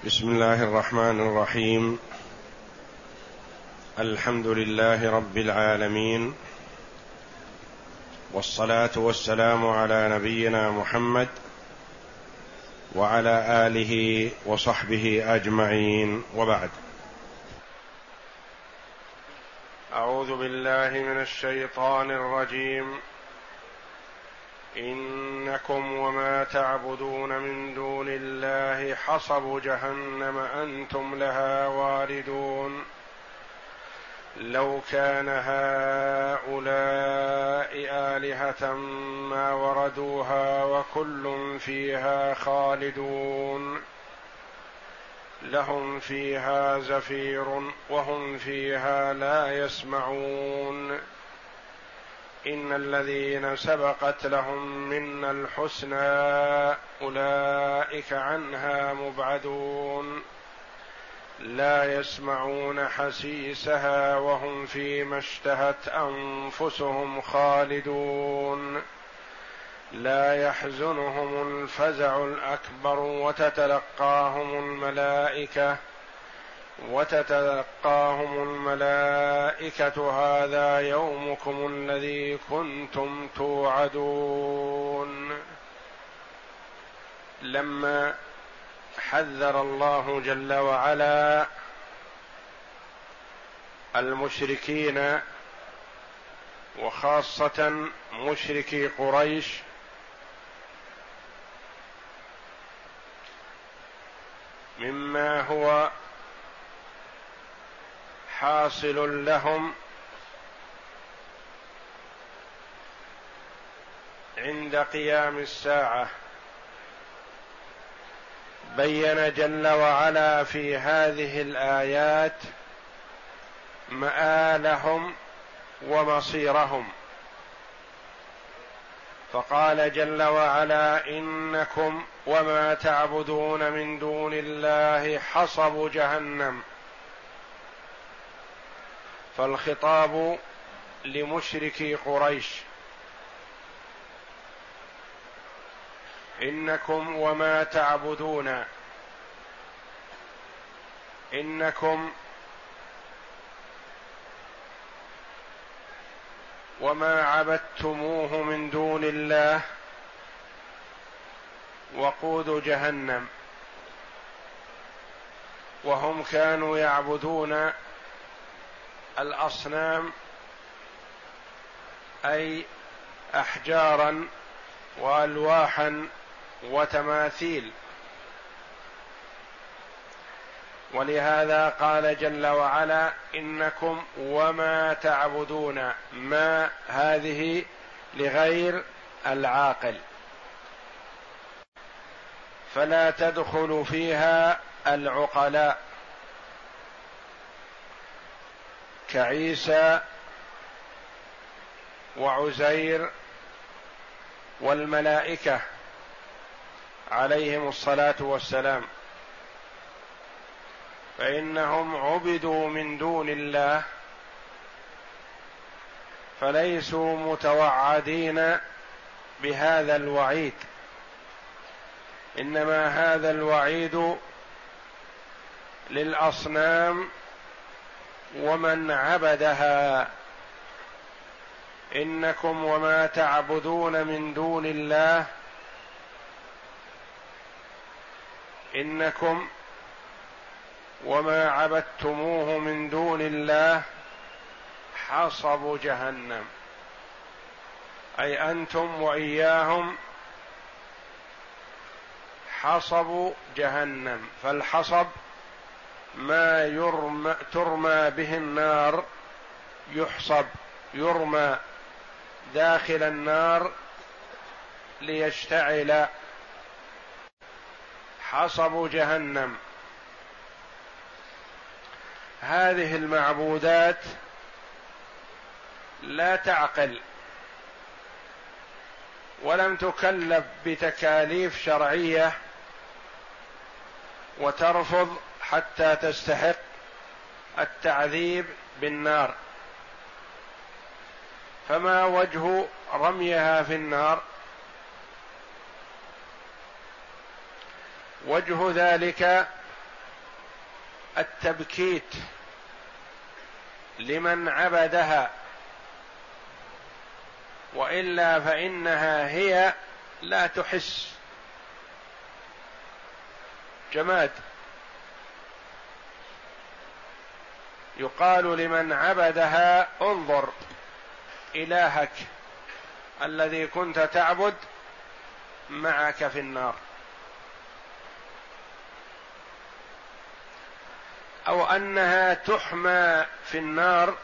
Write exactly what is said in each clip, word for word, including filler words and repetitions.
بسم الله الرحمن الرحيم. الحمد لله رب العالمين، والصلاة والسلام على نبينا محمد وعلى آله وصحبه أجمعين، وبعد. أعوذ بالله من الشيطان الرجيم. إنكم وما تعبدون من دون الله حصب جهنم أنتم لها واردون. لو كان هؤلاء آلهة ما وردوها وكل فيها خالدون. لهم فيها زفير وهم فيها لا يسمعون. إن الذين سبقت لهم منا الحسنى أولئك عنها مبعدون. لا يسمعون حسيسها وهم فيما اشتهت أنفسهم خالدون. لا يحزنهم الفزع الأكبر وتتلقاهم الملائكة وتتلقاهم الملائكة هذا يومكم الذي كنتم توعدون. لما حذر الله جل وعلا المشركين وخاصة مشركي قريش مما هو حاصل لهم عند قيام الساعة، بين جل وعلا في هذه الآيات مآلهم ومصيرهم، فقال جل وعلا: إنكم وما تعبدون من دون الله حصب جهنم. فالخطاب لمشركي قريش: إنكم وما تعبدون، إنكم وما عبدتموه من دون الله وقود جهنم. وهم كانوا يعبدون الأصنام، أي أحجارا وألواحا وتماثيل، ولهذا قال جل وعلا: إنكم وما تعبدون. ما هذه لغير العاقل، فلا تدخل فيها العقلاء كعيسى وعزير والملائكة عليهم الصلاة والسلام، فإنهم عبدوا من دون الله، فليسوا متوعدين بهذا الوعيد، إنما هذا الوعيد للأصنام ومن عبدها. إنكم وما تعبدون من دون الله، إنكم وما عبدتموه من دون الله حصب جهنم، أي أنتم وإياهم حصب جهنم. فالحصب ما يرمى ترمى به النار، يحصب يرمى داخل النار ليشتعل، حصب جهنم. هذه المعبودات لا تعقل ولم تكلف بتكاليف شرعية وترفض حتى تستحق التعذيب بالنار، فما وجه رميها في النار؟ وجه ذلك التبكيت لمن عبدها، والا فانها هي لا تحس، جماد. يقال لمن عبدها انظر إلهك الذي كنت تعبد معك في النار، أو أنها تحمى في النار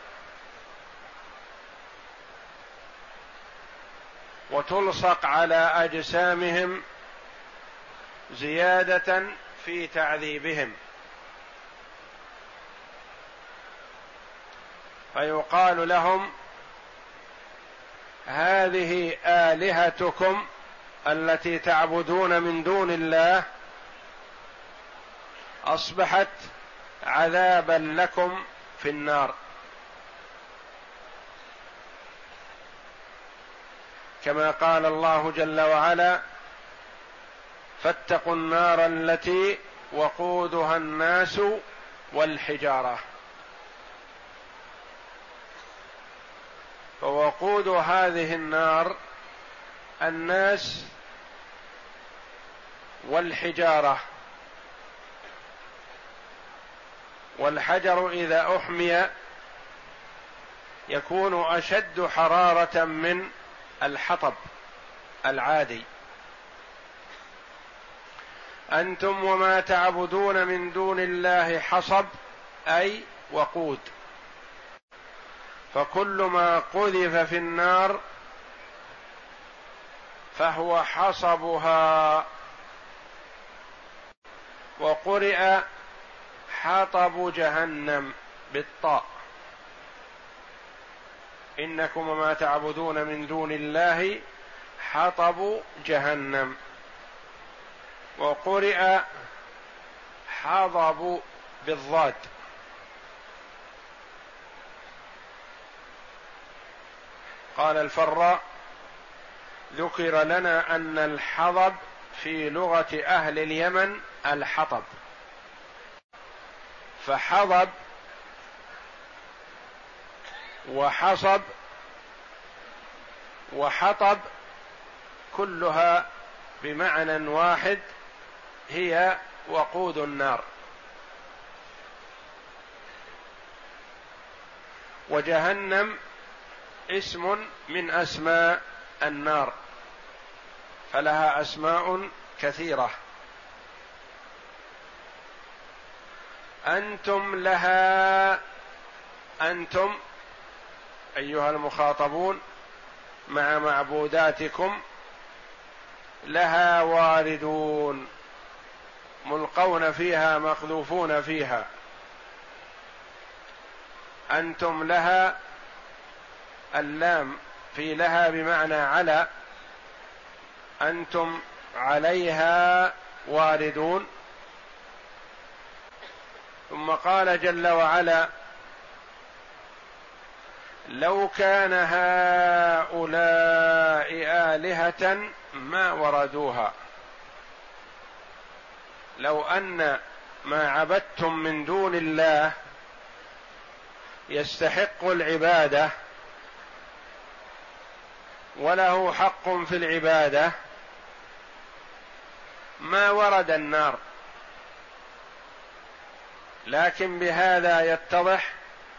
وتلصق على أجسامهم زيادة في تعذيبهم، فيقال لهم هذه آلهتكم التي تعبدون من دون الله أصبحت عذابا لكم في النار، كما قال الله جل وعلا فاتقوا النار التي وقودها الناس والحجارة. فوقود هذه النار الناس والحجارة، والحجر إذا أحمي يكون أشد حرارة من الحطب العادي. أنتم وما تعبدون من دون الله حصب أي وقود، فكل ما قذف في النار فهو حصبها. وقرئ حطب جهنم بالطاء، إنكم وما تعبدون من دون الله حطب جهنم، وقرئ حضب بالضاد. قال الفراء ذكر لنا أن الحضب في لغة أهل اليمن الحطب، فحضب وحصب وحطب كلها بمعنى واحد، هي وقود النار. وجهنم اسم من أسماء النار، فلها أسماء كثيرة. أنتم لها، أنتم أيها المخاطبون مع معبوداتكم لها واردون، ملقون فيها مقذوفون فيها. أنتم لها، اللام في لها بمعنى على، أنتم عليها واردون. ثم قال جل وعلا لو كان هؤلاء آلهة ما وردوها، لو أن ما عبدتم من دون الله يستحق العبادة وله حق في العبادة ما ورد النار. لكن بهذا يتضح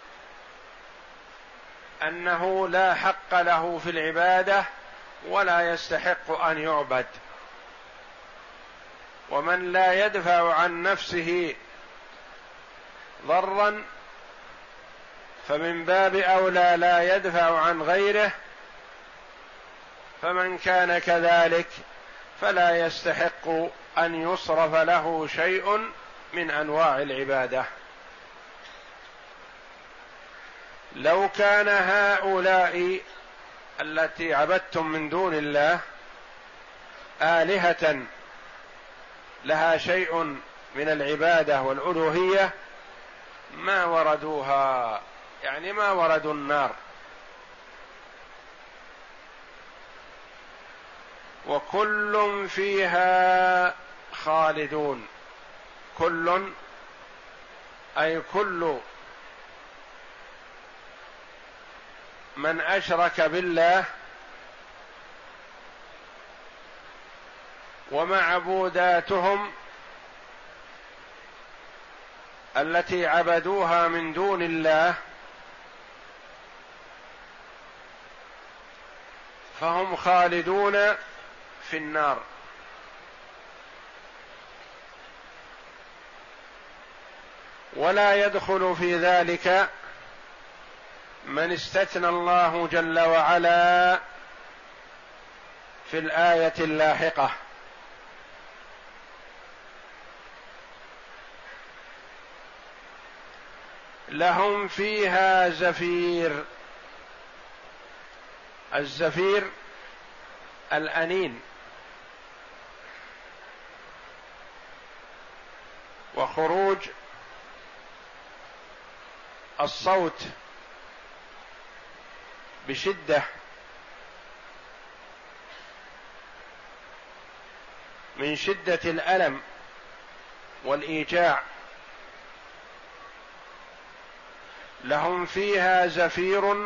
أنه لا حق له في العبادة ولا يستحق أن يعبد. ومن لا يدفع عن نفسه ضرا فمن باب أولى لا يدفع عن غيره، فمن كان كذلك فلا يستحق أن يصرف له شيء من أنواع العبادة. لو كان هؤلاء التي عبدتم من دون الله آلهة لها شيء من العبادة والألوهية ما وردوها، يعني ما وردوا النار. وكل فيها خالدون، كل أي كل من أشرك بالله ومعبوداتهم التي عبدوها من دون الله فهم خالدون في النار. ولا يدخل في ذلك من استثنى الله جل وعلا في الآية اللاحقة، لهم فيها زفير. الزفير الأنين وخروج الصوت بشدة من شدة الألم والإيجاع. لهم فيها زفير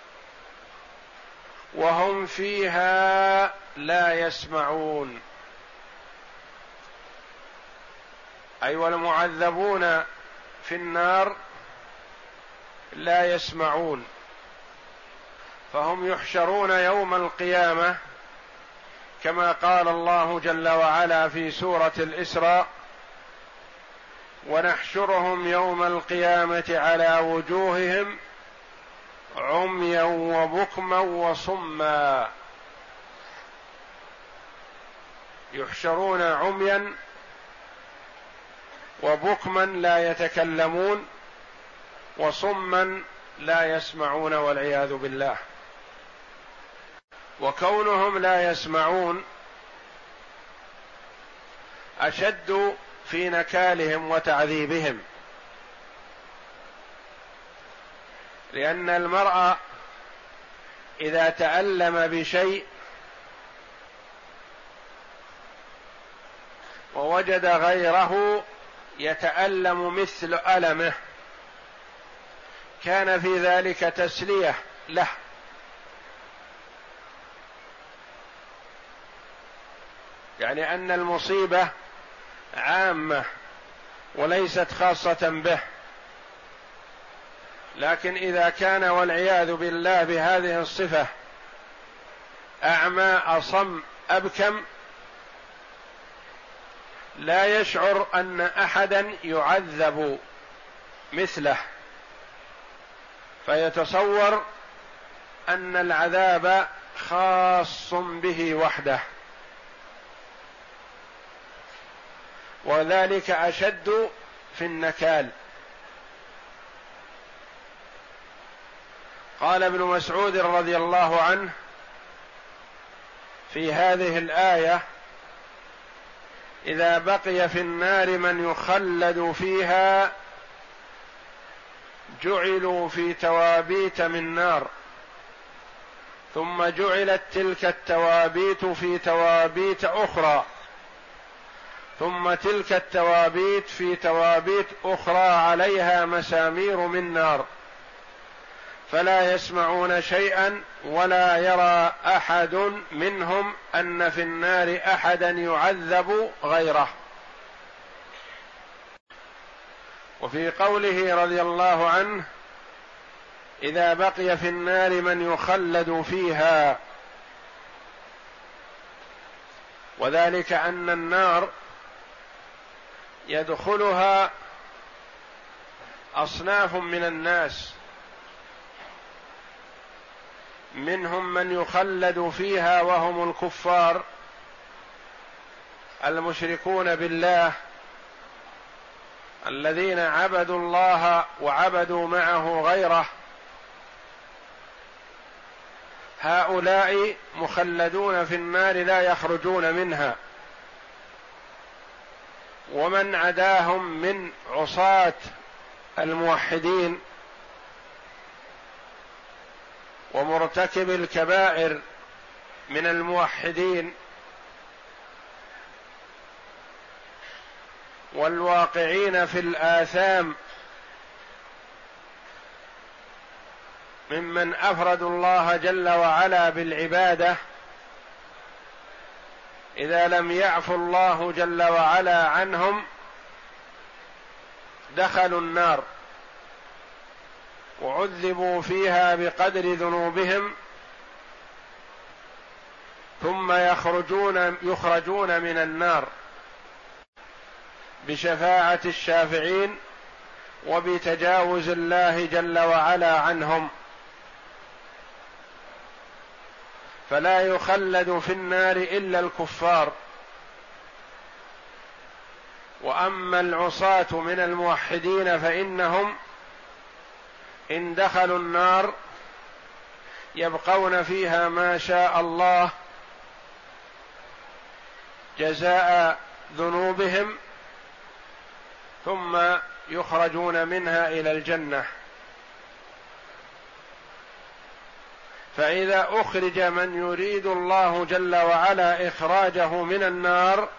وهم فيها لا يسمعون، أي والمعذبون في النار لا يسمعون، فهم يحشرون يوم القيامة كما قال الله جل وعلا في سورة الإسراء: ونحشرهم يوم القيامة على وجوههم عميا وبكما وصما. يحشرون عميا وبكما لا يتكلمون وصما لا يسمعون والعياذ بالله. وكونهم لا يسمعون أشد في نكالهم وتعذيبهم، لأن المرء إذا تألم بشيء ووجد غيره يتألم مثل ألمه كان في ذلك تسلية له، يعني أن المصيبة عامة وليست خاصة به. لكن إذا كان والعياذ بالله بهذه الصفة أعمى أصم أبكم لا يشعر أن أحدا يعذب مثله، فيتصور أن العذاب خاص به وحده، وذلك أشد في النكال. قال ابن مسعود رضي الله عنه في هذه الآية: إذا بقي في النار من يخلد فيها جعلوا في توابيت من نار، ثم جعلت تلك التوابيت في توابيت أخرى، ثم تلك التوابيت في توابيت أخرى عليها مسامير من نار، فلا يسمعون شيئا ولا يرى أحد منهم أن في النار أحدا يعذب غيره. وفي قوله رضي الله عنه: إذا بقي في النار من يخلد فيها، وذلك أن النار يدخلها أصناف من الناس، منهم من يخلد فيها وهم الكفار المشركون بالله الذين عبدوا الله وعبدوا معه غيره، هؤلاء مخلدون في النار لا يخرجون منها. ومن عداهم من عصاة الموحدين ومرتكب الكبائر من الموحدين والواقعين في الآثام ممن أفردوا الله جل وعلا بالعبادة إذا لم يعفو الله جل وعلا عنهم دخلوا النار وعذبوا فيها بقدر ذنوبهم، ثم يخرجون يخرجون من النار بشفاعة الشافعين وبتجاوز الله جل وعلا عنهم، فلا يخلد في النار إلا الكفار. وأما العصاة من الموحدين فإنهم إن دخلوا النار يبقون فيها ما شاء الله جزاء ذنوبهم، ثم يخرجون منها إلى الجنة. فإذا أخرج من يريد الله جل وعلا إخراجه من النار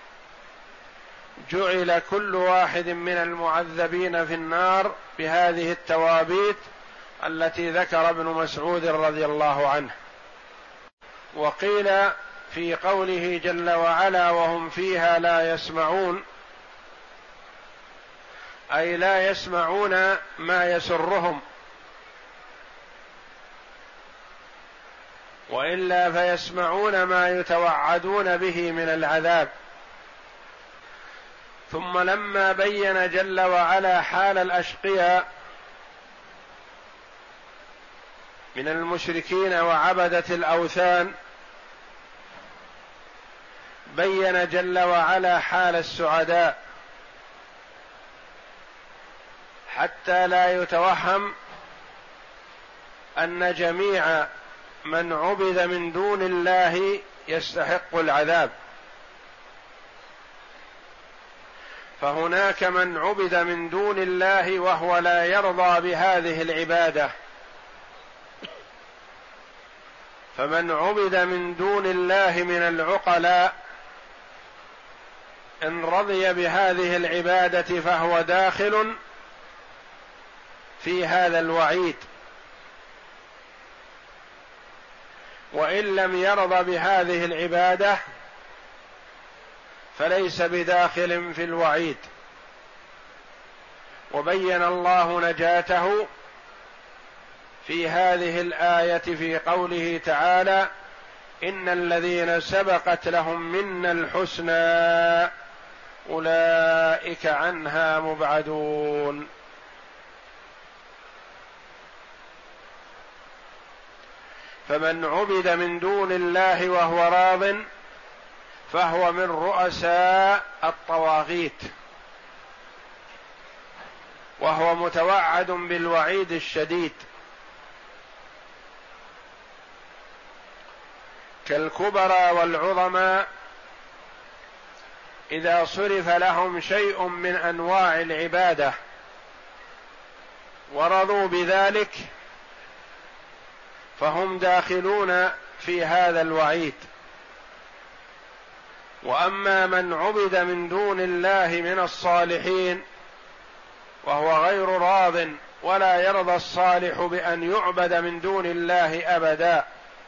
جعل كل واحد من المعذبين في النار بهذه التوابيت التي ذكر ابن مسعود رضي الله عنه. وقيل في قوله جل وعلا وهم فيها لا يسمعون، أي لا يسمعون ما يسرهم، وإلا فيسمعون ما يتوعدون به من العذاب. ثم لما بين جل وعلا حال الأشقياء من المشركين وعبدة الأوثان بين جل وعلا حال السعداء، حتى لا يتوهم أن جميع من عبد من دون الله يستحق العذاب. فهناك من عبد من دون الله وهو لا يرضى بهذه العبادة، فمن عبد من دون الله من العقلاء إن رضي بهذه العبادة فهو داخل في هذا الوعيد، وإن لم يرضى بهذه العبادة فليس بداخل في الوعيد. وبين الله نجاته في هذه الآية في قوله تعالى إن الذين سبقت لهم منا الحسنى أولئك عنها مبعدون. فمن عبد من دون الله وهو راض فهو من رؤساء الطواغيت، وهو متوعد بالوعيد الشديد، كالكبرى والعظماء إذا صرف لهم شيء من أنواع العبادة ورضوا بذلك فهم داخلون في هذا الوعيد. وأما من عبد من دون الله من الصالحين وهو غير راض ولا يرضى الصالح بأن يعبد من دون الله أبدا،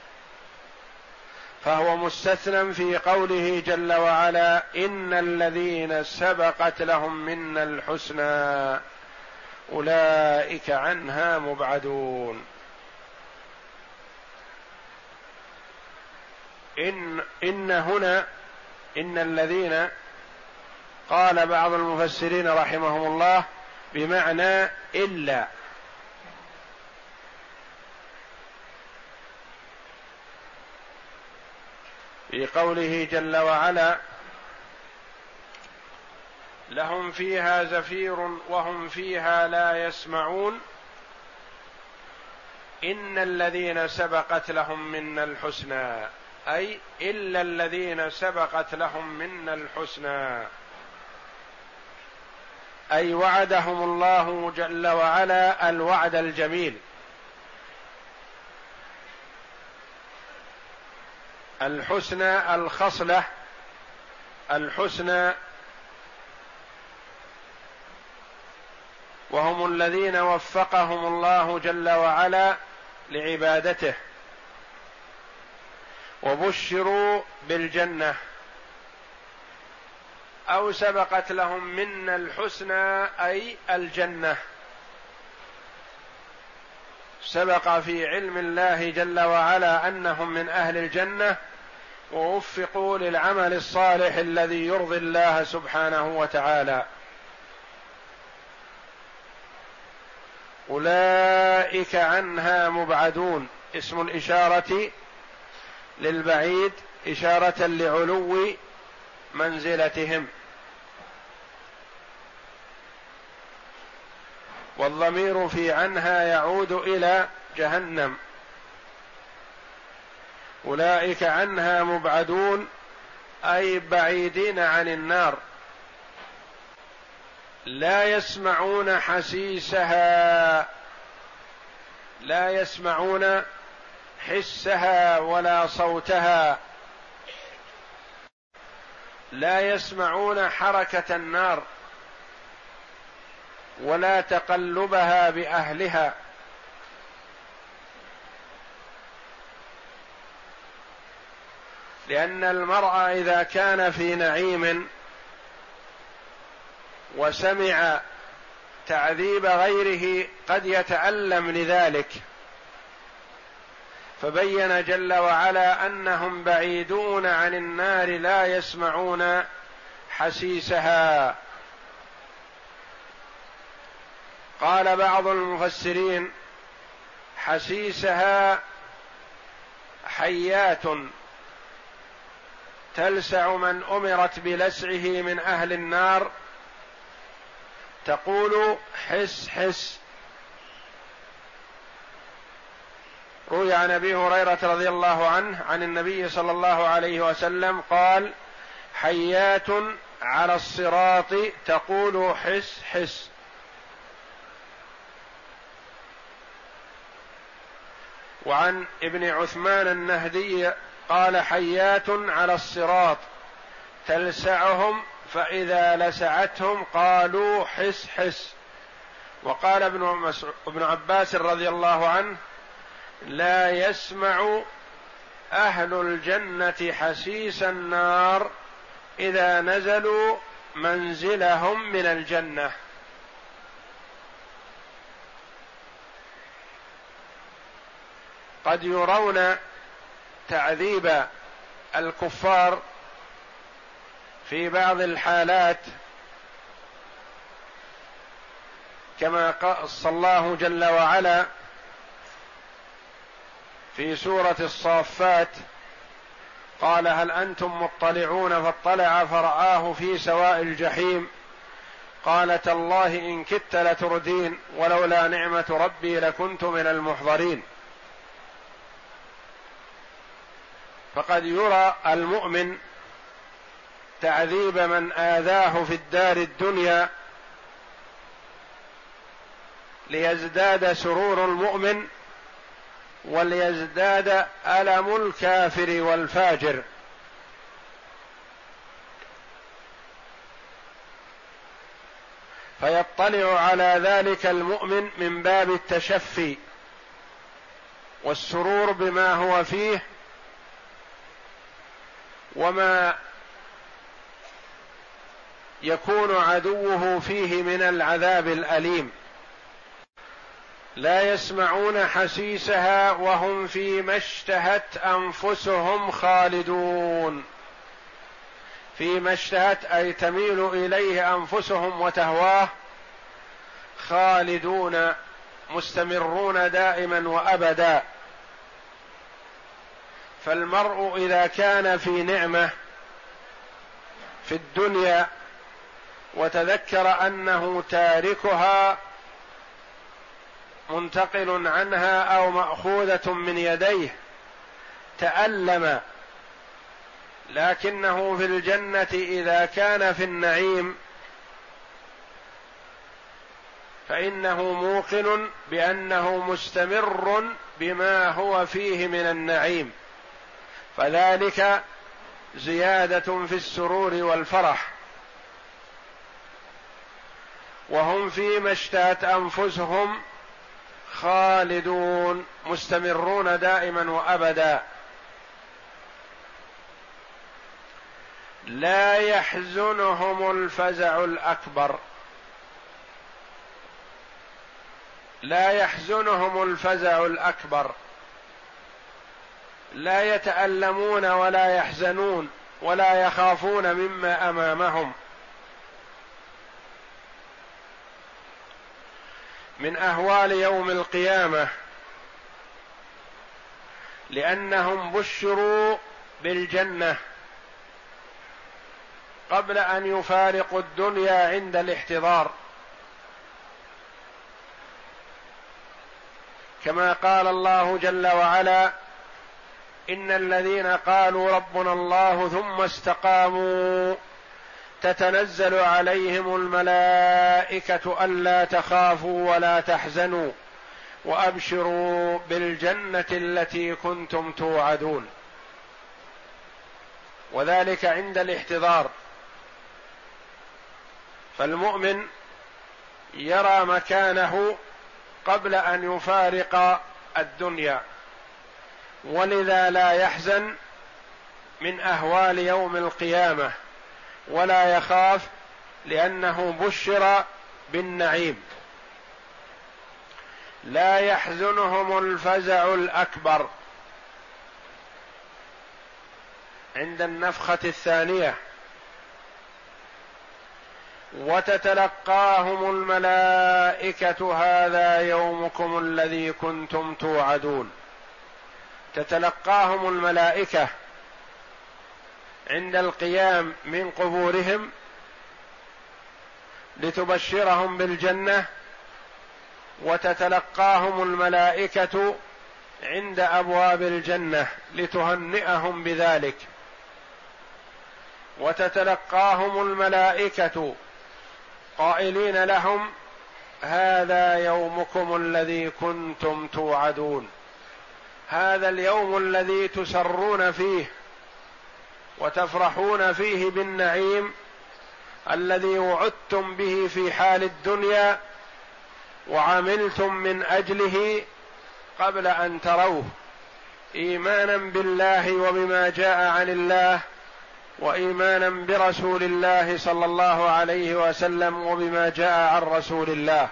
فهو مستثنى في قوله جل وعلا إن الذين سبقت لهم منا الحسنى أولئك عنها مبعدون. إن إن هنا إن الذين قال بعض المفسرين رحمهم الله بمعنى إلا، في قوله جل وعلا لهم فيها زفير وهم فيها لا يسمعون إن الذين سبقت لهم منا الحسنى، أي إلا الذين سبقت لهم منا الحسنى، أي وعدهم الله جل وعلا الوعد الجميل، الحسنى الخصلة الحسنى، وهم الذين وفقهم الله جل وعلا لعبادته، وبشروا بالجنة أو سبقت لهم منا الحسنى أي الجنة، سبق في علم الله جل وعلا أنهم من أهل الجنة، ووفقوا للعمل الصالح الذي يرضي الله سبحانه وتعالى. أولئك عنها مبعدون، اسم الإشارة للبعيد إشارة لعلو منزلتهم، والضمير في عنها يعود إلى جهنم. أولئك عنها مبعدون أي بعيدين عن النار، لا يسمعون حسيسها، لا يسمعون حسها ولا صوتها، لا يسمعون حركة النار ولا تقلبها بأهلها، لأن المرء إذا كان في نعيم وسمع تعذيب غيره قد يتألم لذلك، فبين جل وعلا أنهم بعيدون عن النار لا يسمعون حسيسها. قال بعض المفسرين حسيسها حيات تلسع من أمرت بلسعه من أهل النار، تقول حس حس. روي عن أبي هريرة رضي الله عنه عن النبي صلى الله عليه وسلم قال حيات على الصراط تقول حس حس. وعن ابن عثمان النهدي قال حيات على الصراط تلسعهم فإذا لسعتهم قالوا حس حس. وقال ابن, مسع... ابن عباس رضي الله عنه لا يسمع أهل الجنة حسيس النار إذا نزلوا منزلهم من الجنة. قد يرون تعذيب الكفار في بعض الحالات كما قص الله جل وعلا في سورة الصافات قال هل أنتم مطلعون فاطلع فرآه في سواء الجحيم قال تالله إن كدت لتردين ولولا نعمة ربي لكنت من المحضرين. فقد يرى المؤمن تعذيب من آذاه في الدار الدنيا ليزداد سرور المؤمن وليزداد ألم الكافر والفاجر. فيطلع على ذلك المؤمن من باب التشفي والسرور بما هو فيه وما يكون عدوه فيه من العذاب الأليم. لا يسمعون حسيسها وهم فيما اشتهت أنفسهم خالدون. فيما اشتهت أي تميل إليه أنفسهم وتهواه، خالدون مستمرون دائما وأبدا. فالمرء إذا كان في نعمة في الدنيا وتذكر أنه تاركها منتقل عنها أو مأخوذة من يديه تألم، لكنه في الجنة إذا كان في النعيم فإنه موقن بأنه مستمر بما هو فيه من النعيم، فذلك زيادة في السرور والفرح. وهم فيما اشتهت أنفسهم خالدون مستمرون دائما وابدا. لا يحزنهم الفزع الاكبر، لا يحزنهم الفزع الاكبر، لا يتألمون ولا يحزنون ولا يخافون مما امامهم من اهوال يوم القيامه، لانهم بشروا بالجنه قبل ان يفارقوا الدنيا عند الاحتضار، كما قال الله جل وعلا: ان الذين قالوا ربنا الله ثم استقاموا تتنزل عليهم الملائكه الا تخافوا ولا تحزنوا وابشروا بالجنه التي كنتم توعدون. وذلك عند الاحتضار، فالمؤمن يرى مكانه قبل ان يفارق الدنيا، ولذا لا يحزن من اهوال يوم القيامه ولا يخاف، لانه بشر بالنعيم. لا يحزنهم الفزع الاكبر عند النفخه الثانيه، وتتلقاهم الملائكه هذا يومكم الذي كنتم توعدون. تتلقاهم الملائكه عند القيام من قبورهم لتبشرهم بالجنه، وتتلقاهم الملائكه عند ابواب الجنه لتهنئهم بذلك، وتتلقاهم الملائكه قائلين لهم: هذا يومكم الذي كنتم توعدون. هذا اليوم الذي تسرون فيه وتفرحون فيه بالنعيم الذي وعدتم به في حال الدنيا وعملتم من اجله قبل ان تروه، ايمانا بالله وبما جاء عن الله، وايمانا برسول الله صلى الله عليه وسلم وبما جاء عن رسول الله.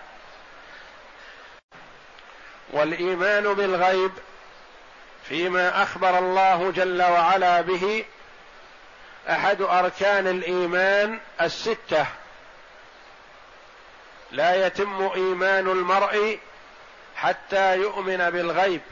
والايمان بالغيب فيما اخبر الله جل وعلا به احد اركان الايمان السته. لا يتم ايمان المرء حتى يؤمن بالغيب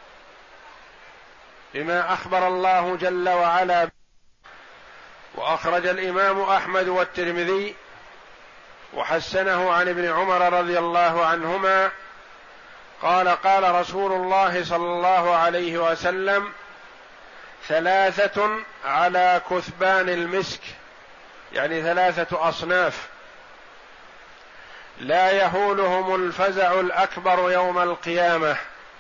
بما اخبر الله جل وعلا. واخرج الامام احمد والترمذي وحسنه عن ابن عمر رضي الله عنهما قال: قال رسول الله صلى الله عليه وسلم: ثلاثة على كثبان المسك، يعني ثلاثة أصناف لا يهولهم الفزع الأكبر يوم القيامة: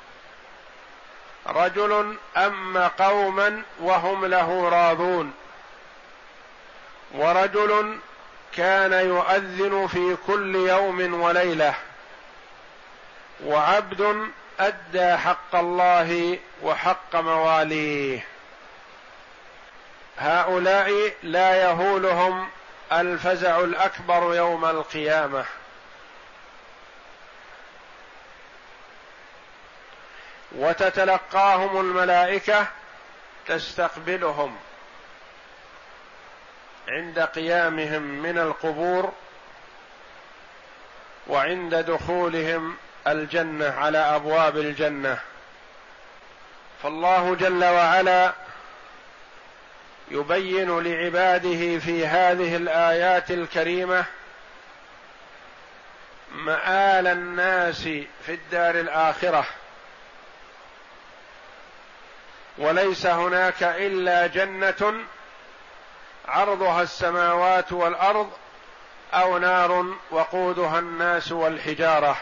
رجل أم قوما وهم له راضون، ورجل كان يؤذن في كل يوم وليلة، وعبد أدى حق الله وحق مواليه. هؤلاء لا يهولهم الفزع الأكبر يوم القيامة. وتتلقاهم الملائكة تستقبلهم عند قيامهم من القبور وعند دخولهم الجنة على أبواب الجنة. فالله جل وعلا يبين لعباده في هذه الآيات الكريمة مآل الناس في الدار الآخرة، وليس هناك إلا جنة عرضها السماوات والأرض أو نار وقودها الناس والحجارة.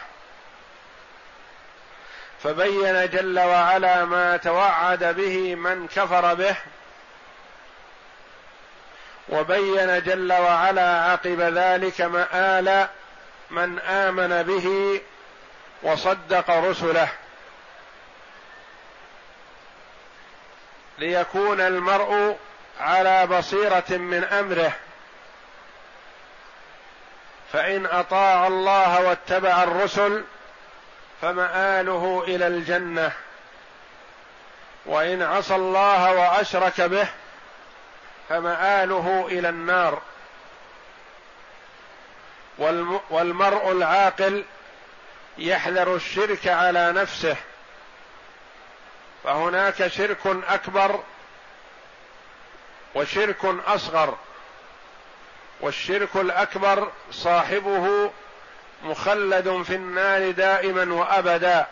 فبين جل وعلا ما توعد به من كفر به، وبين جل وعلا عقب ذلك مآل من آمن به وصدق رسله، ليكون المرء على بصيرة من أمره، فإن أطاع الله واتبع الرسل فمآله إلى الجنة، وإن عصى الله وأشرك به فمآله إلى النار. والمرء العاقل يحذر الشرك على نفسه، فهناك شرك أكبر وشرك أصغر، والشرك الأكبر صاحبه مخلد في النار دائما وأبدا.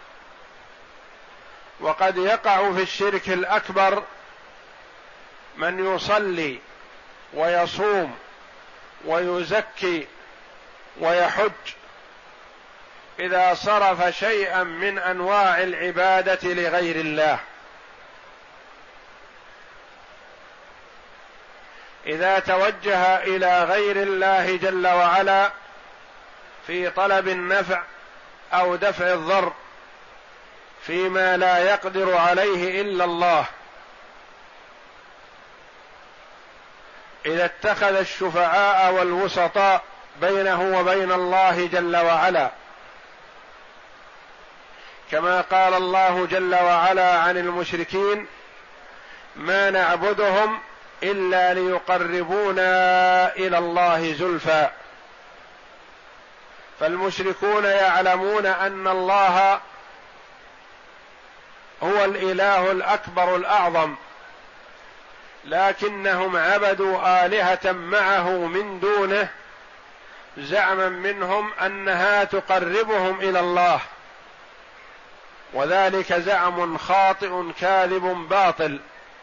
وقد يقع في الشرك الأكبر من يصلي ويصوم ويزكي ويحج، إذا صرف شيئا من أنواع العبادة لغير الله، إذا توجه إلى غير الله جل وعلا في طلب النفع أو دفع الضر فيما لا يقدر عليه إلا الله، إذا اتخذ الشفعاء والوسطاء بينه وبين الله جل وعلا، كما قال الله جل وعلا عن المشركين: ما نعبدهم إلا ليقربونا إلى الله زلفى. فالمشركون يعلمون أن الله هو الإله الأكبر الأعظم، لكنهم عبدوا آلهة معه من دونه زعما منهم أنها تقربهم إلى الله، وذلك زعم خاطئ كاذب باطل،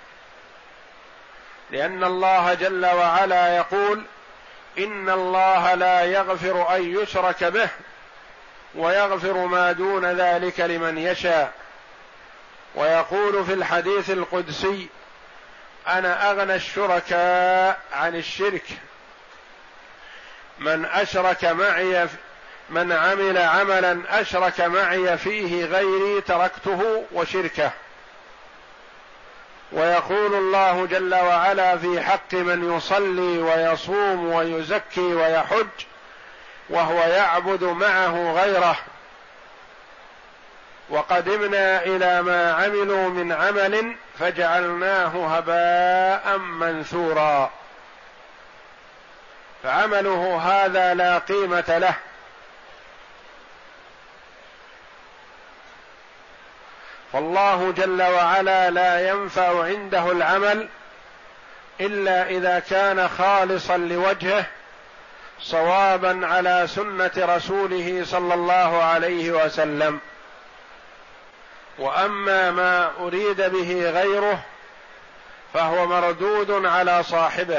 لأن الله جل وعلا يقول: إن الله لا يغفر أن يشرك به ويغفر ما دون ذلك لمن يشاء. ويقول في الحديث القدسي: أنا أغنى الشركاء عن الشرك، من أشرك معي من عمل عملا أشرك معي فيه غيري تركته وشركه. ويقول الله جل وعلا في حق من يصلي ويصوم ويزكي ويحج وهو يعبد معه غيره: وقدمنا إلى ما عملوا من عمل فجعلناه هباء منثورا. فعمله هذا لا قيمة له. فالله جل وعلا لا ينفع عنده العمل إلا إذا كان خالصا لوجهه صوابا على سنة رسوله صلى الله عليه وسلم. وأما ما أريد به غيره فهو مردود على صاحبه.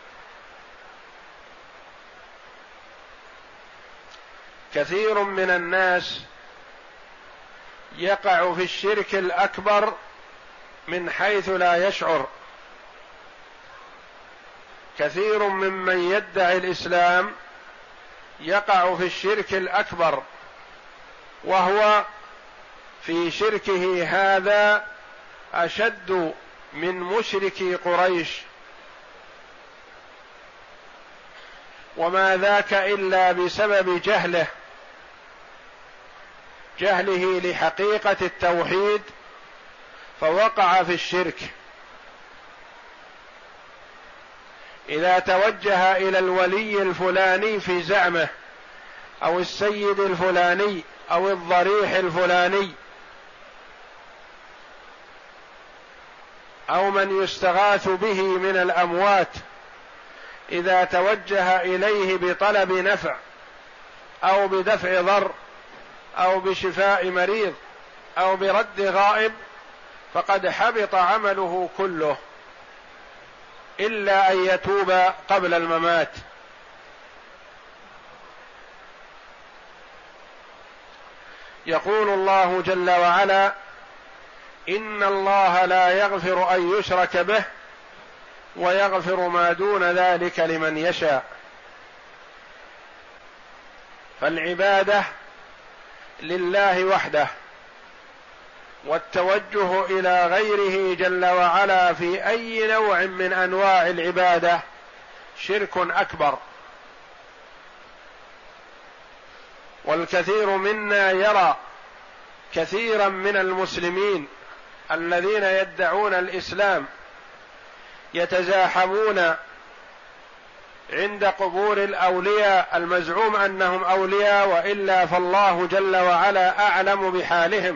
كثير من الناس يقع في الشرك الأكبر من حيث لا يشعر. كثير ممن يدعي الإسلام يقع في الشرك الأكبر، وهو في شركه هذا أشد من مشركي قريش، وما ذاك إلا بسبب جهله جهله لحقيقة التوحيد، فوقع في الشرك. إذا توجه إلى الولي الفلاني في زعمه أو السيد الفلاني أو الضريح الفلاني أو من يستغاث به من الأموات، إذا توجه إليه بطلب نفع أو بدفع ضر أو بشفاء مريض أو برد غائب، فقد حبط عمله كله إلا أن يتوب قبل الممات. يقول الله جل وعلا: إن الله لا يغفر أن يشرك به ويغفر ما دون ذلك لمن يشاء. فالعبادة لله وحده، والتوجه الى غيره جل وعلا في اي نوع من انواع العباده شرك اكبر. والكثير منا يرى كثيرا من المسلمين الذين يدعون الاسلام يتزاحمون عند قبور الاولياء المزعوم انهم اولياء، والا فالله جل وعلا اعلم بحالهم،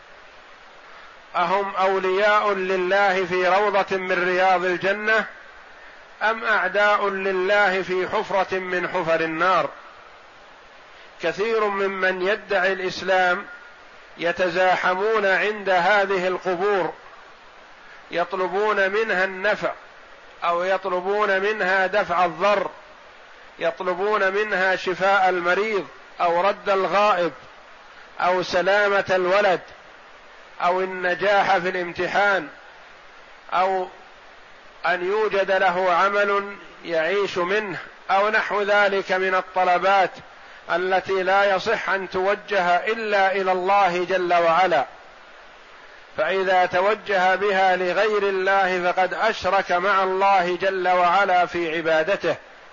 اهم اولياء لله في روضه من رياض الجنه ام اعداء لله في حفره من حفر النار. كثير ممن يدعي الاسلام يتزاحمون عند هذه القبور، يطلبون منها النفع او يطلبون منها دفع الضر، يطلبون منها شفاء المريض او رد الغائب او سلامه الولد او النجاح في الامتحان او ان يوجد له عمل يعيش منه او نحو ذلك من الطلبات التي لا يصح ان توجه الا الى الله جل وعلا. فاذا توجه بها لغير الله فقد اشرك مع الله جل وعلا في عبادته،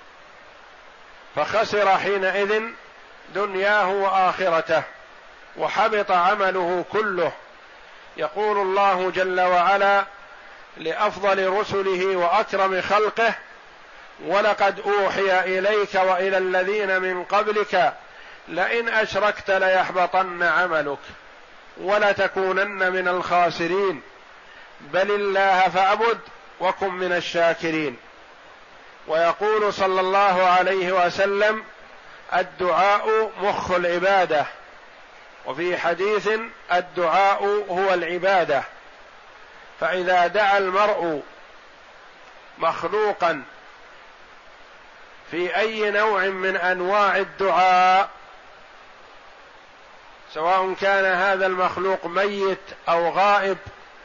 فخسر حينئذ دنياه واخرته وحبط عمله كله. يقول الله جل وعلا لافضل رسله واكرم خلقه: ولقد اوحي اليك والى الذين من قبلك لئن اشركت ليحبطن عملك ولتكونن من الخاسرين بل الله فاعبد وكن من الشاكرين. ويقول صلى الله عليه وسلم: الدعاء مخ العباده، وفي حديث: الدعاء هو العباده. فاذا دعا المرء مخلوقا في اي نوع من انواع الدعاء، سواء كان هذا المخلوق ميت او غائب،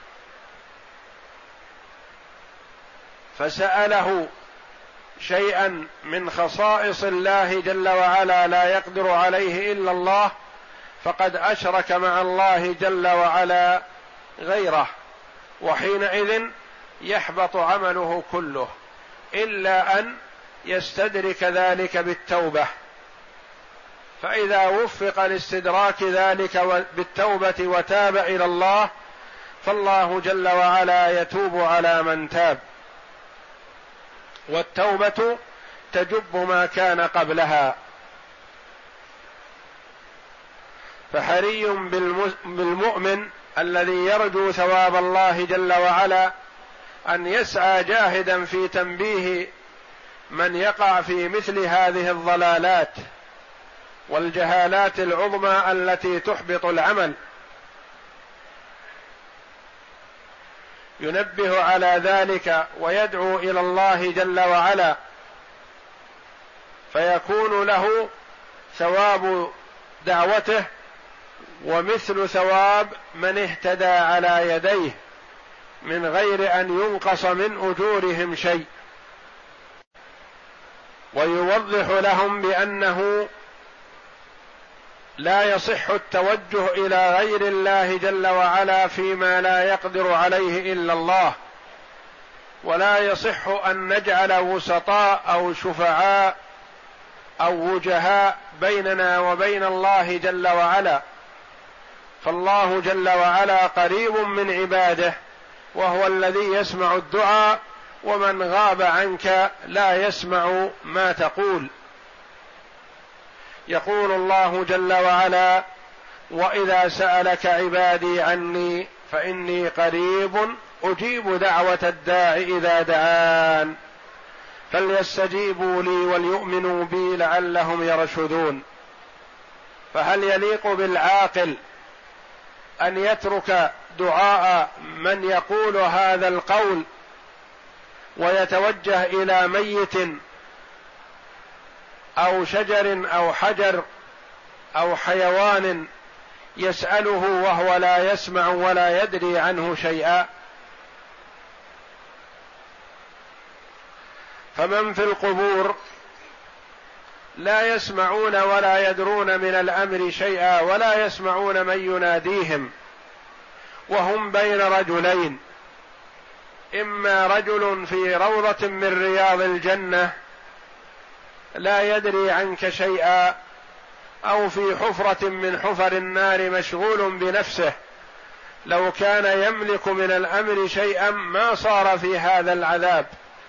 فسأله شيئا من خصائص الله جل وعلا لا يقدر عليه الا الله، فقد اشرك مع الله جل وعلا غيره، وحينئذ يحبط عمله كله الا ان يستدرك ذلك بالتوبه. فاذا وفق لاستدراك ذلك بالتوبه وتاب الى الله فالله جل وعلا يتوب على من تاب، والتوبه تجب ما كان قبلها. فحري بالمؤمن الذي يرجو ثواب الله جل وعلا ان يسعى جاهدا في تنبيه من يقع في مثل هذه الضلالات والجهالات العظمى التي تحبط العمل، ينبه على ذلك ويدعو الى الله جل وعلا، فيكون له ثواب دعوته ومثل ثواب من اهتدى على يديه من غير ان ينقص من اجورهم شيء. ويوضح لهم بانه لا يصح التوجه الى غير الله جل وعلا فيما لا يقدر عليه الا الله، ولا يصح ان نجعل وسطاء او شفعاء او وجهاء بيننا وبين الله جل وعلا. فالله جل وعلا قريب من عباده، وهو الذي يسمع الدعاء، ومن غاب عنك لا يسمع ما تقول. يقول الله جل وعلا: واذا سالك عبادي عني فاني قريب اجيب دعوه الداع اذا دعان فليستجيبوا لي وليؤمنوا بي لعلهم يرشدون. فهل يليق بالعاقل ان يترك دعاء من يقول هذا القول ويتوجه الى ميت او شجر او حجر او حيوان يسأله وهو لا يسمع ولا يدري عنه شيئا؟ فمن في القبور لا يسمعون ولا يدرون من الامر شيئا ولا يسمعون من يناديهم، وهم بين رجلين، اما رجل في روضة من رياض الجنة لا يدري عنك شيئا، او في حفرة من حفر النار مشغول بنفسه، لو كان يملك من الامر شيئا ما صار في هذا العذاب.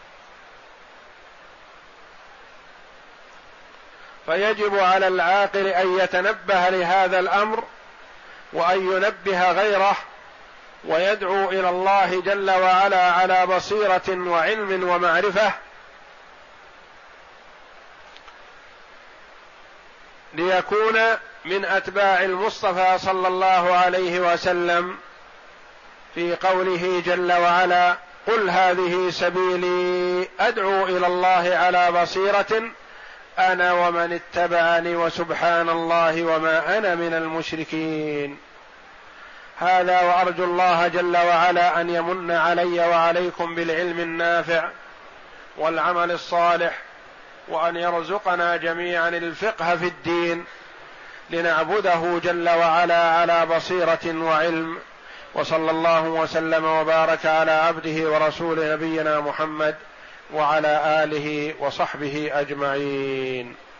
فيجب على العاقل ان يتنبه لهذا الامر وان ينبه غيره ويدعو الى الله جل وعلا على بصيرة وعلم ومعرفة، ليكون من اتباع المصطفى صلى الله عليه وسلم في قوله جل وعلا: قل هذه سبيلي ادعو الى الله على بصيرة انا ومن اتبعني وسبحان الله وما انا من المشركين. هذا وارجو الله جل وعلا ان يمن علي وعليكم بالعلم النافع والعمل الصالح، وان يرزقنا جميعا الفقه في الدين لنعبده جل وعلا على بصيرة وعلم. وصلى الله وسلم وبارك على عبده ورسوله نبينا محمد وعلى آله وصحبه أجمعين.